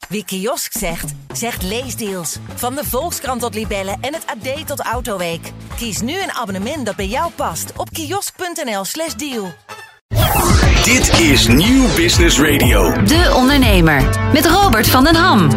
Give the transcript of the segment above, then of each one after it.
Wie kiosk zegt, zegt leesdeals. Van de Volkskrant tot Libellen en het AD tot Autoweek. Kies nu een abonnement dat bij jou past op kiosk.nl/deal. Dit is Nieuw Business Radio. De Ondernemer met Robert van den Ham.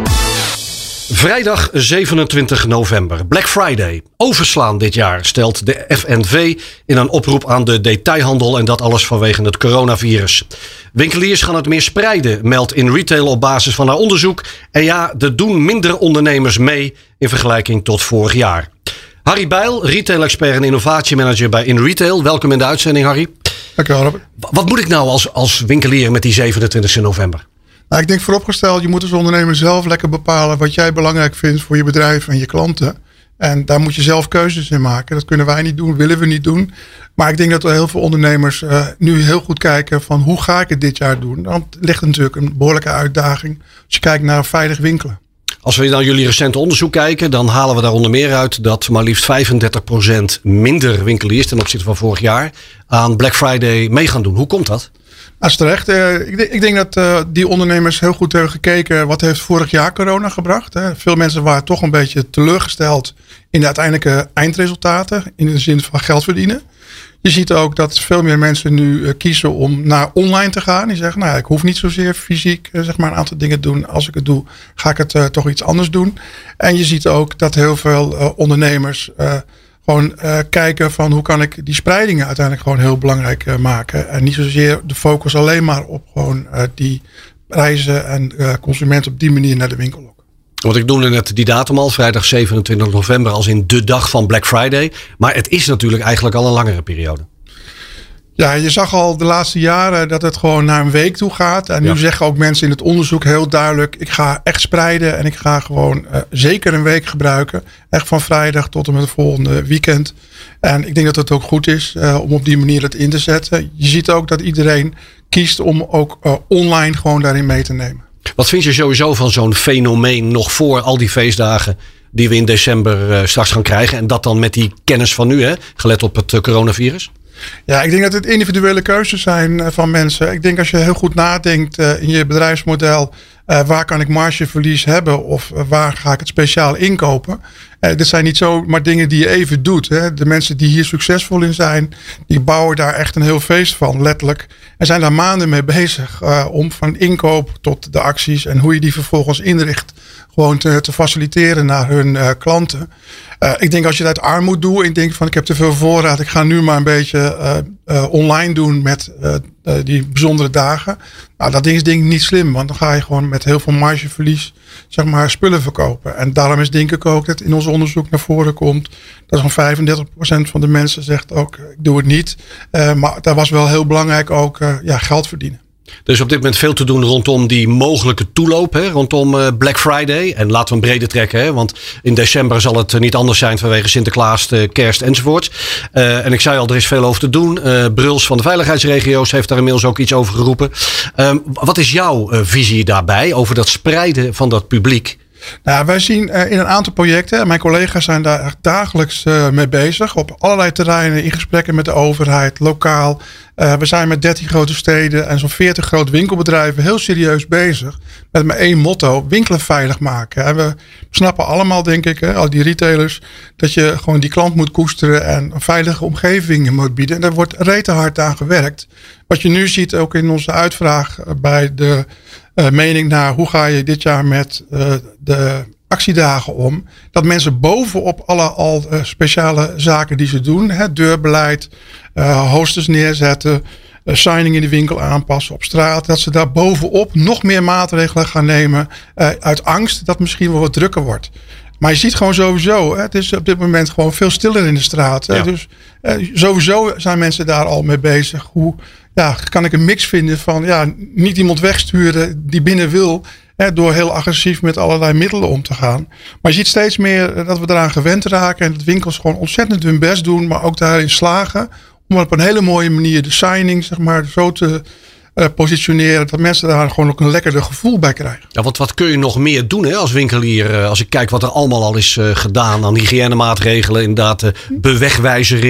Vrijdag 27 november, Black Friday. Overslaan dit jaar, stelt de FNV in een oproep aan de detailhandel en dat alles vanwege het coronavirus. Winkeliers gaan het meer spreiden, meldt In Retail op basis van haar onderzoek. En ja, er doen minder ondernemers mee in vergelijking tot vorig jaar. Harry Bijl, retail-expert en innovatiemanager bij In Retail. Welkom in de uitzending, Harry. Dankjewel, Robert. Wat moet ik nou als winkelier met die 27 november? Nou, ik denk vooropgesteld, je moet als ondernemer zelf lekker bepalen wat jij belangrijk vindt voor je bedrijf en je klanten. En daar moet je zelf keuzes in maken. Dat kunnen wij niet doen, willen we niet doen. Maar ik denk dat er heel veel ondernemers nu heel goed kijken van hoe ga ik het dit jaar doen. Want het ligt natuurlijk een behoorlijke uitdaging als je kijkt naar veilig winkelen. Als we naar jullie recente onderzoek kijken, dan halen we daar onder meer uit dat maar liefst 35% minder winkeliers ten opzichte van vorig jaar aan Black Friday mee gaan doen. Hoe komt dat? Dat is terecht. Ik denk dat die ondernemers heel goed hebben gekeken wat heeft vorig jaar corona gebracht. Veel mensen waren toch een beetje teleurgesteld in de uiteindelijke eindresultaten in de zin van geld verdienen. Je ziet ook dat veel meer mensen nu kiezen om naar online te gaan. Die zeggen, nou ja, ik hoef niet zozeer fysiek een aantal dingen te doen. Als ik het doe, ga ik het toch iets anders doen. En je ziet ook dat heel veel ondernemers gewoon kijken van hoe kan ik die spreidingen uiteindelijk gewoon heel belangrijk maken. En niet zozeer de focus alleen maar op gewoon die prijzen en consumenten op die manier naar de winkel lokken. Want ik noemde net die datum al, vrijdag 27 november als in de dag van Black Friday. Maar het is natuurlijk eigenlijk al een langere periode. Ja, je zag al de laatste jaren dat het gewoon naar een week toe gaat. En nu zeggen ook mensen in het onderzoek heel duidelijk, ik ga echt spreiden en ik ga gewoon zeker een week gebruiken. Echt van vrijdag tot en met het volgende weekend. En ik denk dat het ook goed is om op die manier het in te zetten. Je ziet ook dat iedereen kiest om ook online gewoon daarin mee te nemen. Wat vind je sowieso van zo'n fenomeen nog voor al die feestdagen die we in december straks gaan krijgen? En dat dan met die kennis van nu, gelet op het coronavirus? Ja, ik denk dat het individuele keuzes zijn van mensen. Ik denk als je heel goed nadenkt in je bedrijfsmodel, waar kan ik margeverlies hebben of waar ga ik het speciaal inkopen? Dit zijn niet zomaar dingen die je even doet. Hè. De mensen die hier succesvol in zijn, die bouwen daar echt een heel feest van, letterlijk. En zijn daar maanden mee bezig om van inkoop tot de acties en hoe je die vervolgens inricht, gewoon te faciliteren naar hun klanten. Ik denk als je dat uit armoede doet en je denkt van ik heb te veel voorraad, ik ga nu maar een beetje online doen met die bijzondere dagen. Nou, dat is denk ik niet slim, want dan ga je gewoon met heel veel margeverlies spullen verkopen. En daarom is denk ik ook dat in ons onderzoek naar voren komt dat zo'n 35% van de mensen zegt ook ik doe het niet. Maar daar was wel heel belangrijk ook geld verdienen. Er is op dit moment veel te doen rondom die mogelijke toeloop, rondom Black Friday. En laten we hem breder trekken, want in december zal het niet anders zijn vanwege Sinterklaas, de kerst enzovoort. En ik zei al, er is veel over te doen. Bruls van de veiligheidsregio's heeft daar inmiddels ook iets over geroepen. Wat is jouw visie daarbij over dat spreiden van dat publiek? Nou, wij zien in een aantal projecten, mijn collega's zijn daar echt dagelijks mee bezig. Op allerlei terreinen, in gesprekken met de overheid, lokaal. We zijn met 13 grote steden en zo'n 40 grote winkelbedrijven heel serieus bezig. Met maar één motto, winkelen veilig maken. En we snappen allemaal, denk ik, al die retailers, dat je gewoon die klant moet koesteren en een veilige omgeving moet bieden. En daar wordt rete hard aan gewerkt. Wat je nu ziet ook in onze uitvraag bij de mening naar hoe ga je dit jaar met de actiedagen om. Dat mensen bovenop alle speciale zaken die ze doen. Deurbeleid, hosters neerzetten, signing in de winkel aanpassen op straat. Dat ze daar bovenop nog meer maatregelen gaan nemen. Uit angst dat misschien wel wat drukker wordt. Maar je ziet gewoon sowieso, het is op dit moment gewoon veel stiller in de straat. Ja. Dus sowieso zijn mensen daar al mee bezig. Hoe kan ik een mix vinden van niet iemand wegsturen die binnen wil. Door heel agressief met allerlei middelen om te gaan. Maar je ziet steeds meer dat we eraan gewend raken. En dat winkels gewoon ontzettend hun best doen. Maar ook daarin slagen. Om op een hele mooie manier de signing zo te positioneren. Dat mensen daar gewoon ook een lekkerder gevoel bij krijgen. Ja, want wat kun je nog meer doen als winkelier? Als ik kijk wat er allemaal al is gedaan aan hygiënemaatregelen. Inderdaad, bewegwijzering.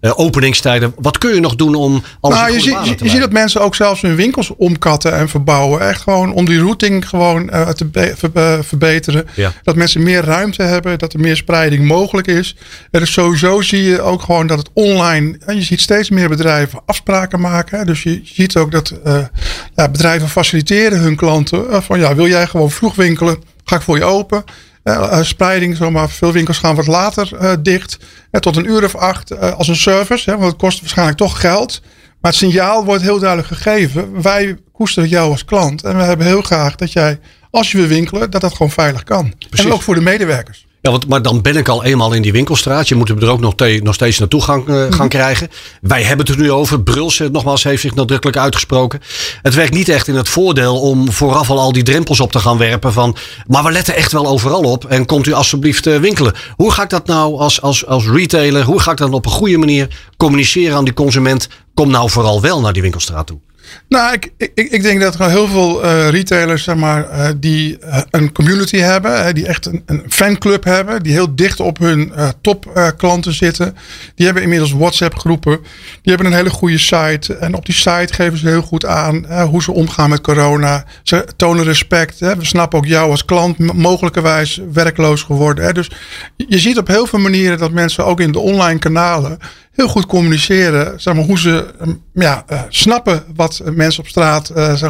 openingstijden. Wat kun je nog doen om alles in goede banen te leiden? Je ziet dat mensen ook zelfs hun winkels omkatten en verbouwen. Echt gewoon om die routing gewoon te verbeteren. Ja. Dat mensen meer ruimte hebben. Dat er meer spreiding mogelijk is. Dus sowieso zie je ook gewoon dat het online... Je ziet steeds meer bedrijven afspraken maken. Dus je ziet ook dat bedrijven faciliteren hun klanten. Van wil jij gewoon vroeg winkelen? Ga ik voor je open. Spreiding, zomaar. Veel winkels gaan wat later dicht. Tot 1:08 als een service. Want het kost waarschijnlijk toch geld. Maar het signaal wordt heel duidelijk gegeven. Wij koesteren jou als klant. En we hebben heel graag dat jij, als je wil winkelen, dat gewoon veilig kan. Precies. En ook voor de medewerkers. Ja, maar dan ben ik al eenmaal in die winkelstraat. Je moet er ook nog steeds naartoe gaan krijgen. Wij hebben het er nu over. Bruls, nogmaals, heeft zich nadrukkelijk uitgesproken. Het werkt niet echt in het voordeel om vooraf al die drempels op te gaan werpen van... maar we letten echt wel overal op en komt u alsjeblieft winkelen. Hoe ga ik dat nou als retailer, hoe ga ik dat op een goede manier communiceren aan die consument? Kom nou vooral wel naar die winkelstraat toe. Nou, ik denk dat er heel veel retailers, die een community hebben, die echt een fanclub hebben, die heel dicht op hun topklanten zitten. Die hebben inmiddels WhatsApp groepen. Die hebben een hele goede site. En op die site geven ze heel goed aan hoe ze omgaan met corona. Ze tonen respect. We snappen ook jou als klant mogelijkerwijs werkloos geworden. Dus je ziet op heel veel manieren dat mensen ook in de online kanalen heel goed communiceren, hoe ze snappen wat mensen op straat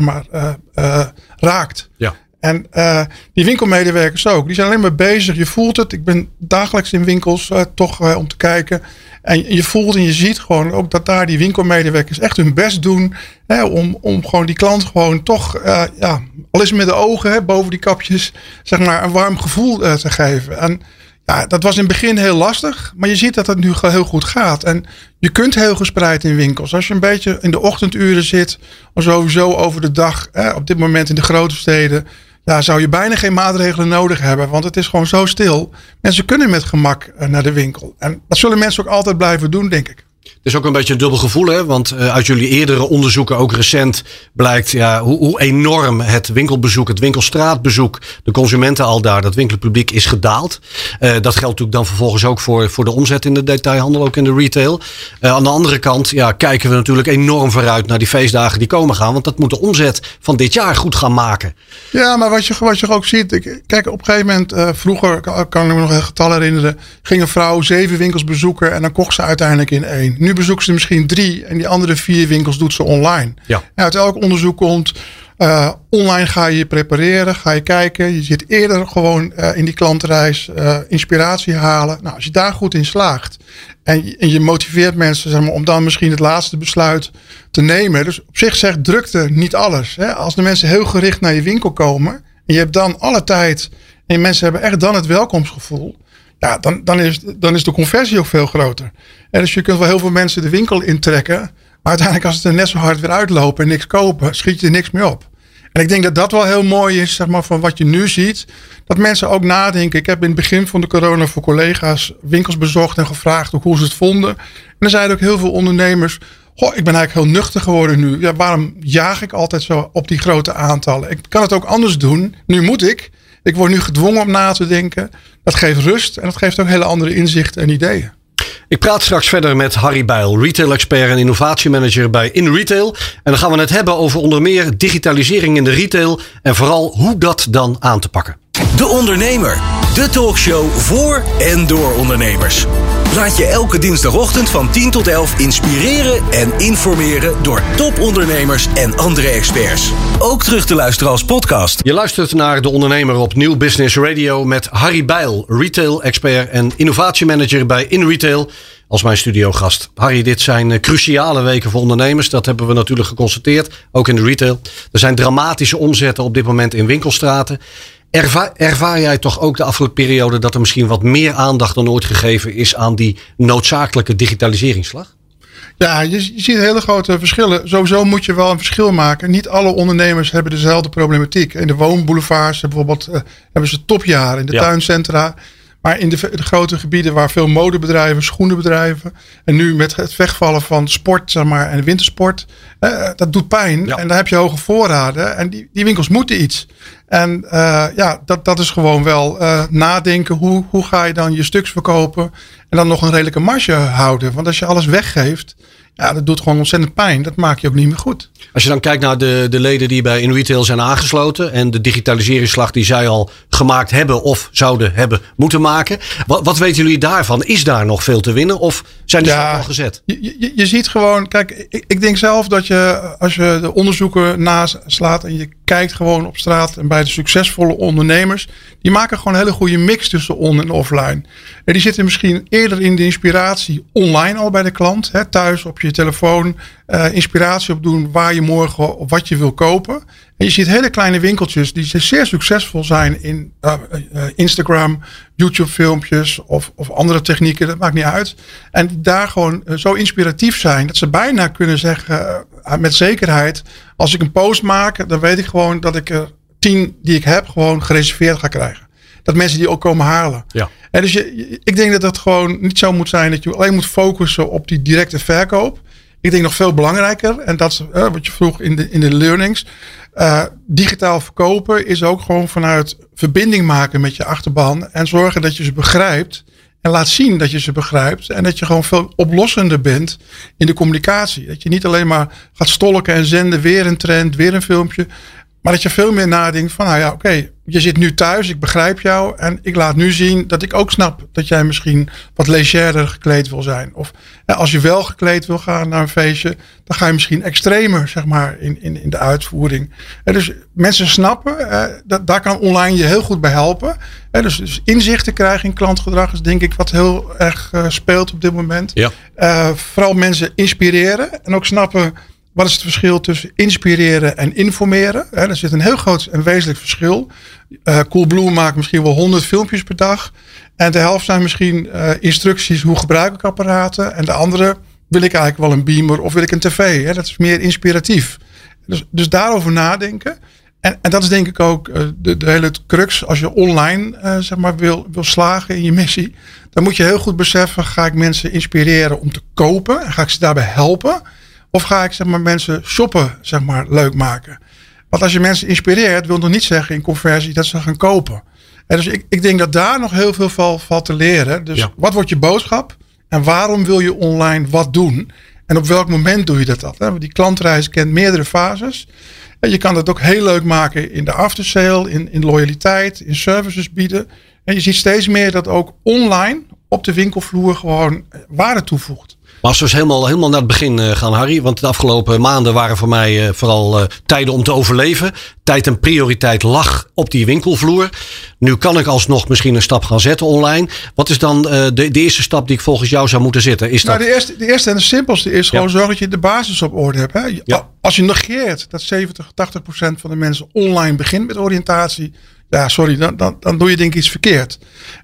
raakt. Ja. En die winkelmedewerkers ook. Die zijn alleen maar bezig. Je voelt het. Ik ben dagelijks in winkels om te kijken. En je voelt en je ziet gewoon ook dat daar die winkelmedewerkers echt hun best doen. Om gewoon die klant gewoon toch, al is het met de ogen boven die kapjes, een warm gevoel te geven. En ja, dat was in het begin heel lastig. Maar je ziet dat het nu heel goed gaat. En je kunt heel gespreid in winkels. Als je een beetje in de ochtenduren zit. Of sowieso over de dag. Op dit moment in de grote steden. Ja, zou je bijna geen maatregelen nodig hebben. Want het is gewoon zo stil. Mensen kunnen met gemak naar de winkel. En dat zullen mensen ook altijd blijven doen, denk ik. Het is ook een beetje een dubbel gevoel, hè? Want uit jullie eerdere onderzoeken, ook recent, blijkt hoe enorm het winkelbezoek, het winkelstraatbezoek, de consumenten al daar, dat winkelpubliek is gedaald. Dat geldt natuurlijk dan vervolgens ook voor de omzet in de detailhandel, ook in de retail. Aan de andere kant kijken we natuurlijk enorm vooruit naar die feestdagen die komen gaan. Want dat moet de omzet van dit jaar goed gaan maken. Ja, maar wat je ook ziet. Kijk, op een gegeven moment, vroeger kan ik me nog een getal herinneren, ging een vrouw 7 winkels bezoeken en dan kocht ze uiteindelijk in 1. Nu bezoekt ze misschien 3 en die andere 4 winkels doet ze online. Ja. Uit elk onderzoek komt, online ga je prepareren, ga je kijken. Je zit eerder gewoon in die klantenreis inspiratie halen. Nou, als je daar goed in slaagt en je motiveert mensen om dan misschien het laatste besluit te nemen. Dus op zich zegt drukte niet alles. Als de mensen heel gericht naar je winkel komen en je hebt dan alle tijd en mensen hebben echt dan het welkomstgevoel. Ja, dan is de conversie ook veel groter. En dus je kunt wel heel veel mensen de winkel intrekken. Maar uiteindelijk als het er net zo hard weer uitlopen en niks kopen, schiet je er niks meer op. En ik denk dat dat wel heel mooi is, van wat je nu ziet. Dat mensen ook nadenken. Ik heb in het begin van de corona voor collega's winkels bezocht en gevraagd hoe ze het vonden. En dan zeiden ook heel veel ondernemers, ik ben eigenlijk heel nuchter geworden nu. Ja, waarom jaag ik altijd zo op die grote aantallen? Ik kan het ook anders doen. Nu moet ik. Ik word nu gedwongen om na te denken. Dat geeft rust en dat geeft ook hele andere inzichten en ideeën. Ik praat straks verder met Harry Bijl, retail-expert en innovatiemanager bij InRetail. En dan gaan we het hebben over onder meer digitalisering in de retail en vooral hoe dat dan aan te pakken. De Ondernemer, de talkshow voor en door ondernemers. Laat je elke dinsdagochtend van 10 tot 11 inspireren en informeren door topondernemers en andere experts. Ook terug te luisteren als podcast. Je luistert naar De Ondernemer op Nieuw Business Radio met Harry Bijl, retail-expert en innovatiemanager bij InRetail, als mijn studiogast. Harry, dit zijn cruciale weken voor ondernemers. Dat hebben we natuurlijk geconstateerd, ook in de retail. Er zijn dramatische omzetten op dit moment in winkelstraten. Ervaar jij toch ook de afgelopen periode dat er misschien wat meer aandacht dan ooit gegeven is aan die noodzakelijke digitaliseringsslag? Ja, je ziet hele grote verschillen. Sowieso moet je wel een verschil maken. Niet alle ondernemers hebben dezelfde problematiek. In de woonboulevards bijvoorbeeld hebben ze topjaren. In de tuincentra. Maar in de grote gebieden waar veel modebedrijven, schoenenbedrijven. En nu met het wegvallen van sport, zeg maar, en wintersport. Dat doet pijn. Ja. En daar heb je hoge voorraden. En die winkels moeten iets. En dat is gewoon wel nadenken. Hoe ga je dan je stuks verkopen? En dan nog een redelijke marge houden. Want als je alles weggeeft. Ja, dat doet gewoon ontzettend pijn. Dat maak je ook niet meer goed. Als je dan kijkt naar de leden die bij InRetail zijn aangesloten. En de digitaliseringsslag die zij al gemaakt hebben of zouden hebben moeten maken. Wat weten jullie daarvan? Is daar nog veel te winnen of zijn die stappen al gezet? Je ziet gewoon, kijk, ik denk zelf dat als je de onderzoeken naslaat en je kijkt gewoon op straat en bij de succesvolle ondernemers. Die maken gewoon een hele goede mix tussen on- en offline. En die zitten misschien eerder in de inspiratie online al bij de klant. Hè, thuis op je telefoon inspiratie opdoen waar je morgen of wat je wil kopen. En je ziet hele kleine winkeltjes die zeer succesvol zijn in Instagram, YouTube filmpjes of andere technieken. Dat maakt niet uit. En die daar gewoon zo inspiratief zijn dat ze bijna kunnen zeggen met zekerheid. Als ik een post maak, dan weet ik gewoon dat ik er 10 die ik heb gewoon gereserveerd ga krijgen. Dat mensen die ook komen halen. Ja. En dus ik denk dat het gewoon niet zo moet zijn dat je alleen moet focussen op die directe verkoop. Ik denk nog veel belangrijker. En dat is wat je vroeg in de learnings. Digitaal verkopen is ook gewoon vanuit verbinding maken met je achterban. En zorgen dat je ze begrijpt. En laat zien dat je ze begrijpt. En dat je gewoon veel oplossender bent in de communicatie. Dat je niet alleen maar gaat stolken en zenden. Weer een trend, weer een filmpje. Maar dat je veel meer nadenkt van, oké, je zit nu thuis, ik begrijp jou. En ik laat nu zien dat ik ook snap dat jij misschien wat legerder gekleed wil zijn. Of als je wel gekleed wil gaan naar een feestje, dan ga je misschien extremer, zeg maar, in de uitvoering. Dus mensen snappen, daar kan online je heel goed bij helpen. Dus inzichten krijgen in klantgedrag is denk ik wat heel erg speelt op dit moment. Ja. Vooral mensen inspireren en ook snappen. Wat is het verschil tussen inspireren en informeren? Er zit een heel groot en wezenlijk verschil. Coolblue maakt misschien wel 100 filmpjes per dag. En de helft zijn misschien instructies hoe gebruik ik apparaten. En de andere wil ik eigenlijk wel een beamer of wil ik een tv. Dat is meer inspiratief. Dus daarover nadenken. En dat is denk ik ook de hele crux. Als je online zeg maar wil slagen in je missie. Dan moet je heel goed beseffen. Ga ik mensen inspireren om te kopen? En ga ik ze daarbij helpen? Of ga ik zeg maar, mensen shoppen zeg maar, leuk maken? Want als je mensen inspireert, wil nog niet zeggen in conversie dat ze gaan kopen. En dus ik denk dat daar nog heel veel valt te leren. Dus wat wordt je boodschap? En waarom wil je online wat doen? En op welk moment doe je dat? Die klantreis kent meerdere fases. En je kan dat ook heel leuk maken in de aftersale, in loyaliteit, in services bieden. En je ziet steeds meer dat ook online op de winkelvloer gewoon waarde toevoegt. Maar als we eens helemaal naar het begin gaan, Harry. Want de afgelopen maanden waren voor mij vooral tijden om te overleven. Tijd en prioriteit lag op die winkelvloer. Nu kan ik alsnog misschien een stap gaan zetten online. Wat is dan de eerste stap die ik volgens jou zou moeten zetten? Is dat... de eerste en de simpelste is gewoon zorgen dat je de basis op orde hebt. Hè? Ja. Als je negeert dat 70-80% van de mensen online begint met oriëntatie. Ja, sorry, dan doe je denk ik iets verkeerd.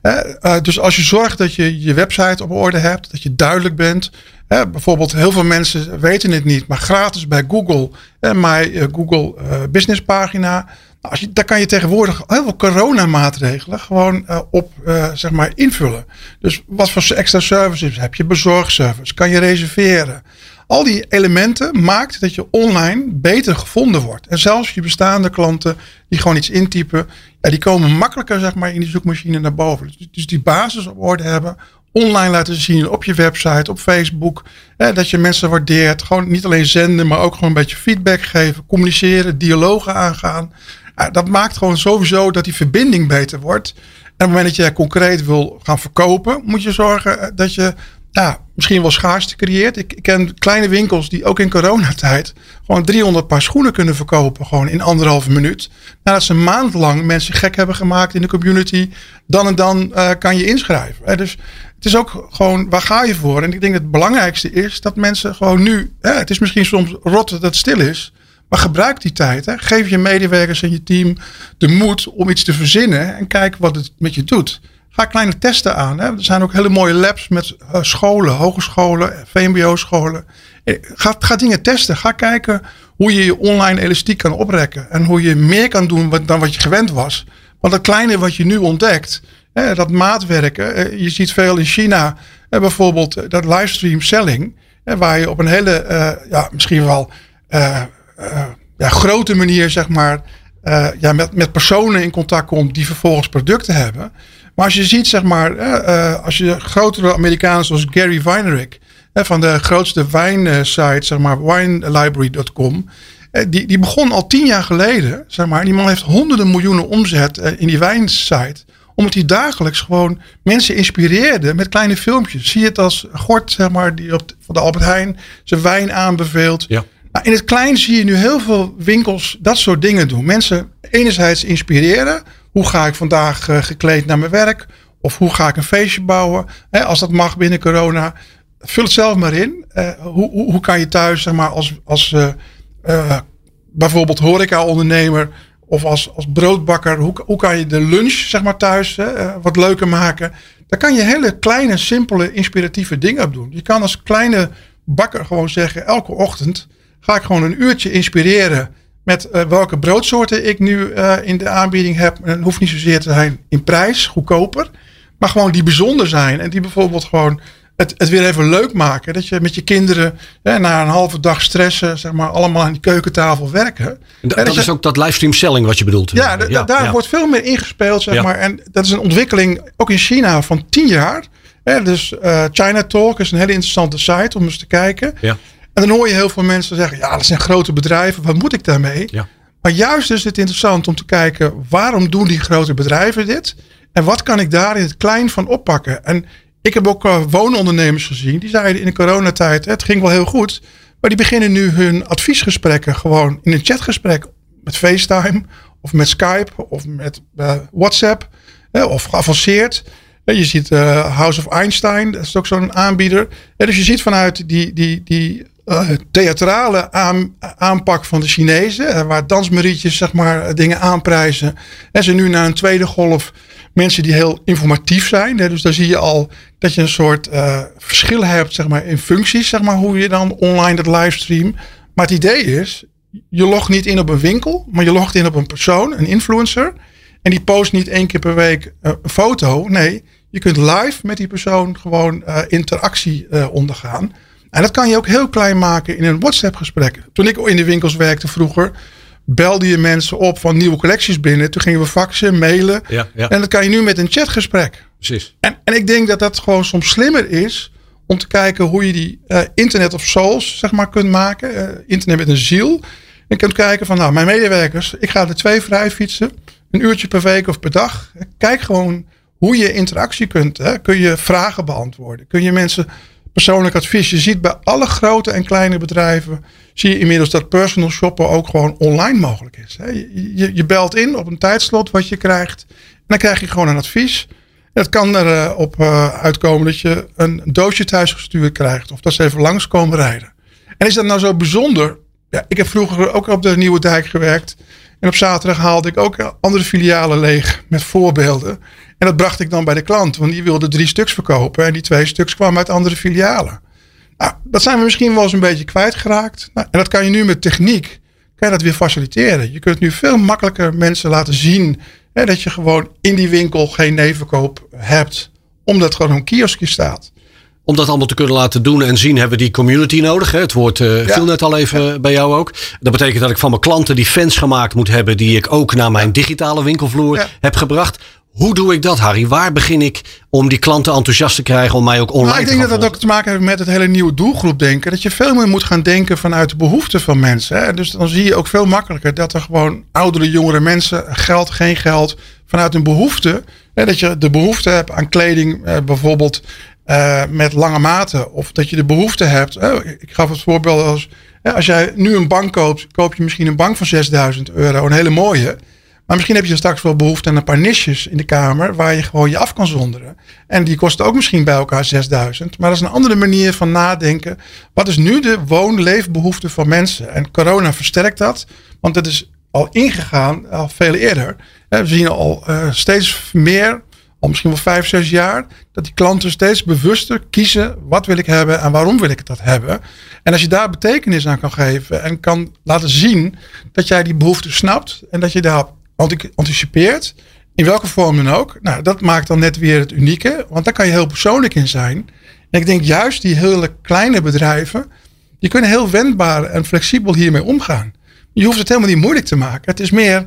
Dus als je zorgt dat je je website op orde hebt, dat je duidelijk bent. Bijvoorbeeld heel veel mensen weten het niet, maar gratis bij Google. My Google Business pagina. Daar kan je tegenwoordig heel veel coronamaatregelen gewoon op zeg maar invullen. Dus wat voor extra services heb je? Bezorgservice, kan je reserveren? Al die elementen maakt dat je online beter gevonden wordt. En zelfs je bestaande klanten die gewoon iets intypen, die komen makkelijker zeg maar in die zoekmachine naar boven. Dus die basis op orde hebben. Online laten zien op je website, op Facebook. Dat je mensen waardeert. Gewoon niet alleen zenden, maar ook gewoon een beetje feedback geven. Communiceren, dialogen aangaan. Dat maakt gewoon sowieso dat die verbinding beter wordt. En op het moment dat je concreet wil gaan verkopen, moet je zorgen dat je misschien wel schaarste creëert. Ik ken kleine winkels die ook in coronatijd gewoon 300 paar schoenen kunnen verkopen. Gewoon in 1,5 minuut. Nadat ze een maand lang mensen gek hebben gemaakt in de community. Dan en dan kan je inschrijven. Dus het is ook gewoon, waar ga je voor? En ik denk dat het belangrijkste is dat mensen gewoon nu. Het is misschien soms rot dat het stil is. Maar gebruik die tijd. Geef je medewerkers en je team de moed om iets te verzinnen. En kijk wat het met je doet. Ga kleine testen aan. Er zijn ook hele mooie labs met scholen, hogescholen, VMBO-scholen. Ga dingen testen. Ga kijken hoe je je online elastiek kan oprekken. En hoe je meer kan doen dan wat je gewend was. Want dat kleine wat je nu ontdekt, Dat maatwerken. Je ziet veel in China bijvoorbeeld dat livestream selling. Waar je op een hele, misschien wel grote manier, zeg maar, met personen in contact komt die vervolgens producten hebben. Maar als je ziet, zeg maar, als je grotere Amerikanen zoals Gary Vaynerchuk, van de grootste wijnsite, zeg maar, winelibrary.com. Die begon al 10 jaar geleden, zeg maar. Die man heeft honderden miljoenen omzet in die wijnsite. Omdat hij dagelijks gewoon mensen inspireerde met kleine filmpjes. Zie je het als Gort, zeg maar, die van de Albert Heijn zijn wijn aanbeveelt. Ja. Nou, in het klein zie je nu heel veel winkels dat soort dingen doen. Mensen enerzijds inspireren. Hoe ga ik vandaag gekleed naar mijn werk? Of hoe ga ik een feestje bouwen? Als dat mag binnen corona. Vul het zelf maar in. Hoe kan je thuis, zeg maar, als bijvoorbeeld horeca-ondernemer of als broodbakker, hoe kan je de lunch, zeg maar, thuis wat leuker maken? Daar kan je hele kleine, simpele, inspiratieve dingen op doen. Je kan als kleine bakker gewoon zeggen, elke ochtend ga ik gewoon een uurtje inspireren met welke broodsoorten ik nu in de aanbieding heb. En het hoeft niet zozeer te zijn in prijs, goedkoper, maar gewoon die bijzonder zijn en die bijvoorbeeld gewoon het weer even leuk maken. Dat je met je kinderen na een halve dag stressen, zeg maar, allemaal aan die keukentafel werken. Dat is ook dat livestream selling wat je bedoelt. Ja, daar wordt veel meer ingespeeld, zeg maar. En dat is een ontwikkeling ook in China van 10 jaar. Dus China Talk is een hele interessante site om eens te kijken. Ja. En dan hoor je heel veel mensen zeggen, ja, dat zijn grote bedrijven, wat moet ik daarmee? Ja. Maar juist is het interessant om te kijken, waarom doen die grote bedrijven dit? En wat kan ik daar in het klein van oppakken? En ik heb ook woonondernemers gezien. Die zeiden in de coronatijd, het ging wel heel goed. Maar die beginnen nu hun adviesgesprekken gewoon in een chatgesprek. Met FaceTime of met Skype of met WhatsApp. Of geavanceerd. Je ziet House of Einstein. Dat is ook zo'n aanbieder. Dus je ziet vanuit die theatrale aanpak van de Chinezen. Waar dansmarietjes, zeg maar, dingen aanprijzen. En ze nu naar een tweede golf mensen die heel informatief zijn. Dus daar zie je al dat je een soort verschil hebt, zeg maar, in functies. Zeg maar, hoe je dan online dat livestream. Maar het idee is, je logt niet in op een winkel. Maar je logt in op een persoon, een influencer. En die post niet 1 keer per week een foto. Nee, je kunt live met die persoon gewoon interactie ondergaan. En dat kan je ook heel klein maken in een WhatsApp gesprek. Toen ik in de winkels werkte vroeger, belde je mensen op van nieuwe collecties binnen. Toen gingen we faxen, mailen. Ja. En dat kan je nu met een chatgesprek. Precies. En ik denk dat dat gewoon soms slimmer is om te kijken hoe je die Internet of Souls, zeg maar, kunt maken. Internet met een ziel. En je kunt kijken van, nou, mijn medewerkers, ik ga er 2 vrij fietsen. Een uurtje per week of per dag. Kijk gewoon hoe je interactie kunt. Kun je vragen beantwoorden? Kun je mensen persoonlijk advies? Je ziet bij alle grote en kleine bedrijven, zie je inmiddels dat personal shoppen ook gewoon online mogelijk is. Je belt in op een tijdslot wat je krijgt. En dan krijg je gewoon een advies. En het kan erop uitkomen dat je een doosje thuis gestuurd krijgt. Of dat ze even langs komen rijden. En is dat nou zo bijzonder? Ja, ik heb vroeger ook op de Nieuwe Dijk gewerkt. En op zaterdag haalde ik ook andere filialen leeg met voorbeelden. En dat bracht ik dan bij de klant. Want die wilde 3 stuks verkopen. En die 2 stuks kwamen uit andere filialen. Nou, dat zijn we misschien wel eens een beetje kwijtgeraakt. Nou, en dat kan je nu met techniek, kan je dat weer faciliteren. Je kunt nu veel makkelijker mensen laten zien dat je gewoon in die winkel geen nevenkoop hebt. Omdat gewoon een kioskje staat. Om dat allemaal te kunnen laten doen en zien, hebben we die community nodig. Het woord viel net al even bij jou ook. Dat betekent dat ik van mijn klanten die fans gemaakt moet hebben, die ik ook naar mijn digitale winkelvloer heb gebracht. Hoe doe ik dat, Harry? Waar begin ik om die klanten enthousiast te krijgen om mij ook online te gaan volgen? Ik denk dat dat ook te maken heeft met het hele nieuwe doelgroep denken. Dat je veel meer moet gaan denken vanuit de behoeften van mensen. Dus dan zie je ook veel makkelijker dat er gewoon oudere, jongere mensen, geld, geen geld, vanuit een behoefte. Dat je de behoefte hebt aan kleding bijvoorbeeld met lange maten. Of dat je de behoefte hebt. Ik gaf het voorbeeld als jij nu een bank koopt, koop je misschien een bank van €6.000. Een hele mooie. Maar misschien heb je straks wel behoefte aan een paar nisjes in de kamer waar je gewoon je af kan zonderen. En die kosten ook misschien bij elkaar €6.000. Maar dat is een andere manier van nadenken. Wat is nu de woon-leefbehoefte van mensen? En corona versterkt dat. Want het is al ingegaan, al veel eerder. We zien al steeds meer, al misschien wel 5, 6 jaar, dat die klanten steeds bewuster kiezen. Wat wil ik hebben en waarom wil ik dat hebben? En als je daar betekenis aan kan geven en kan laten zien dat jij die behoefte snapt en dat je daarop anticipeert In welke vorm dan ook. Nou, dat maakt dan net weer het unieke. Want daar kan je heel persoonlijk in zijn. En ik denk juist die hele kleine bedrijven, die kunnen heel wendbaar en flexibel hiermee omgaan. Je hoeft het helemaal niet moeilijk te maken. Het is meer,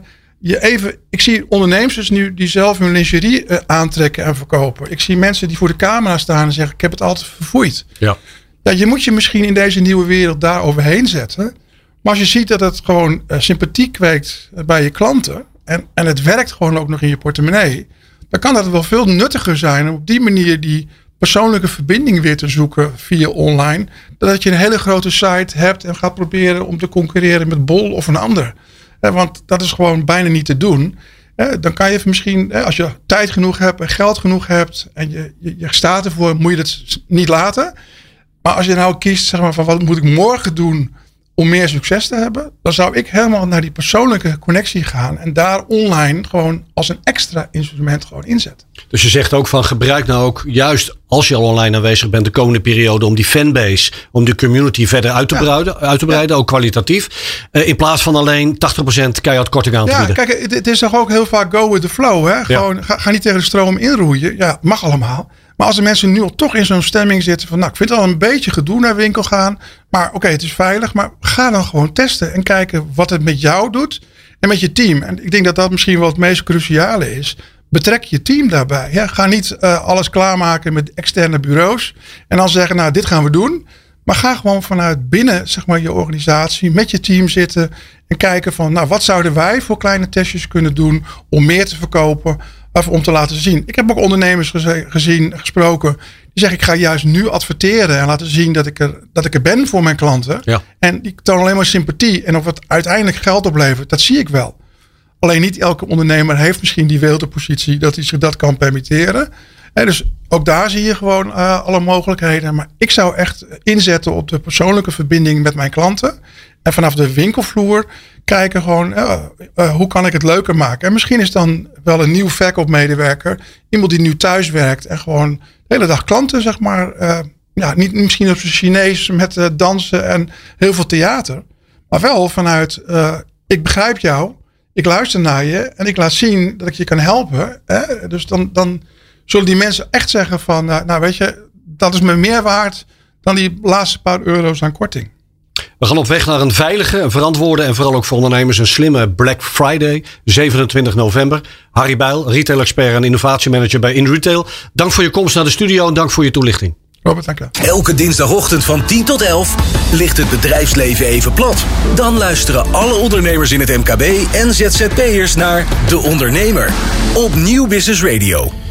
ik zie ondernemers dus nu die zelf hun lingerie aantrekken en verkopen. Ik zie mensen die voor de camera staan en zeggen, ik heb het altijd verfoeid. Ja, je moet je misschien in deze nieuwe wereld daar overheen zetten. Maar als je ziet dat het gewoon sympathie kweekt bij je klanten en het werkt gewoon ook nog in je portemonnee, dan kan dat wel veel nuttiger zijn om op die manier die persoonlijke verbinding weer te zoeken via online. Dat je een hele grote site hebt en gaat proberen om te concurreren met Bol of een ander. Want dat is gewoon bijna niet te doen. Dan kan je misschien, als je tijd genoeg hebt en geld genoeg hebt en je staat ervoor, moet je dat niet laten. Maar als je nou kiest, zeg maar, van wat moet ik morgen doen om meer succes te hebben, dan zou ik helemaal naar die persoonlijke connectie gaan en daar online gewoon als een extra instrument gewoon inzetten. Dus je zegt ook van gebruik nou ook juist als je al online aanwezig bent de komende periode om die fanbase, om die community verder uit te breiden, ook kwalitatief. In plaats van alleen 80% keihard korting aan te bieden. Kijk, het is toch ook heel vaak go with the flow. Hè? Gewoon, ga niet tegen de stroom inroeien. Ja, mag allemaal. Maar als de mensen nu al toch in zo'n stemming zitten van, nou, ik vind het al een beetje gedoe naar winkel gaan. Maar oké, het is veilig. Maar ga dan gewoon testen en kijken wat het met jou doet en met je team. En ik denk dat dat misschien wel het meest cruciale is. Betrek je team daarbij. Ja, ga niet alles klaarmaken met externe bureaus. En dan zeggen, nou, dit gaan we doen. Maar ga gewoon vanuit binnen, zeg maar, je organisatie met je team zitten. En kijken van, nou, wat zouden wij voor kleine testjes kunnen doen om meer te verkopen. Of om te laten zien. Ik heb ook ondernemers gesproken. Die zeggen, ik ga juist nu adverteren en laten zien dat ik er ben voor mijn klanten. Ja. En die tonen alleen maar sympathie. En of het uiteindelijk geld oplevert, dat zie ik wel. Alleen niet elke ondernemer heeft misschien die wereldpositie dat hij zich dat kan permitteren. En dus ook daar zie je gewoon alle mogelijkheden. Maar ik zou echt inzetten op de persoonlijke verbinding met mijn klanten. En vanaf de winkelvloer kijken gewoon, hoe kan ik het leuker maken? En misschien is dan wel een nieuw verkoopmedewerker. Iemand die nu thuis werkt en gewoon de hele dag klanten, zeg maar. Niet misschien op zijn Chinees met dansen en heel veel theater. Maar wel vanuit, ik begrijp jou. Ik luister naar je en ik laat zien dat ik je kan helpen. Hè? Dus dan zullen die mensen echt zeggen van, nou weet je, dat is me meer waard dan die laatste paar euro's aan korting. We gaan op weg naar een veilige, een verantwoorde en vooral ook voor ondernemers een slimme Black Friday, 27 november. Harry Bijl, retail-expert en innovatiemanager bij InRetail. Dank voor je komst naar de studio en dank voor je toelichting. Robert, dank je. Elke dinsdagochtend van 10 tot 11 ligt het bedrijfsleven even plat. Dan luisteren alle ondernemers in het MKB en ZZP'ers naar De Ondernemer op Nieuw Business Radio.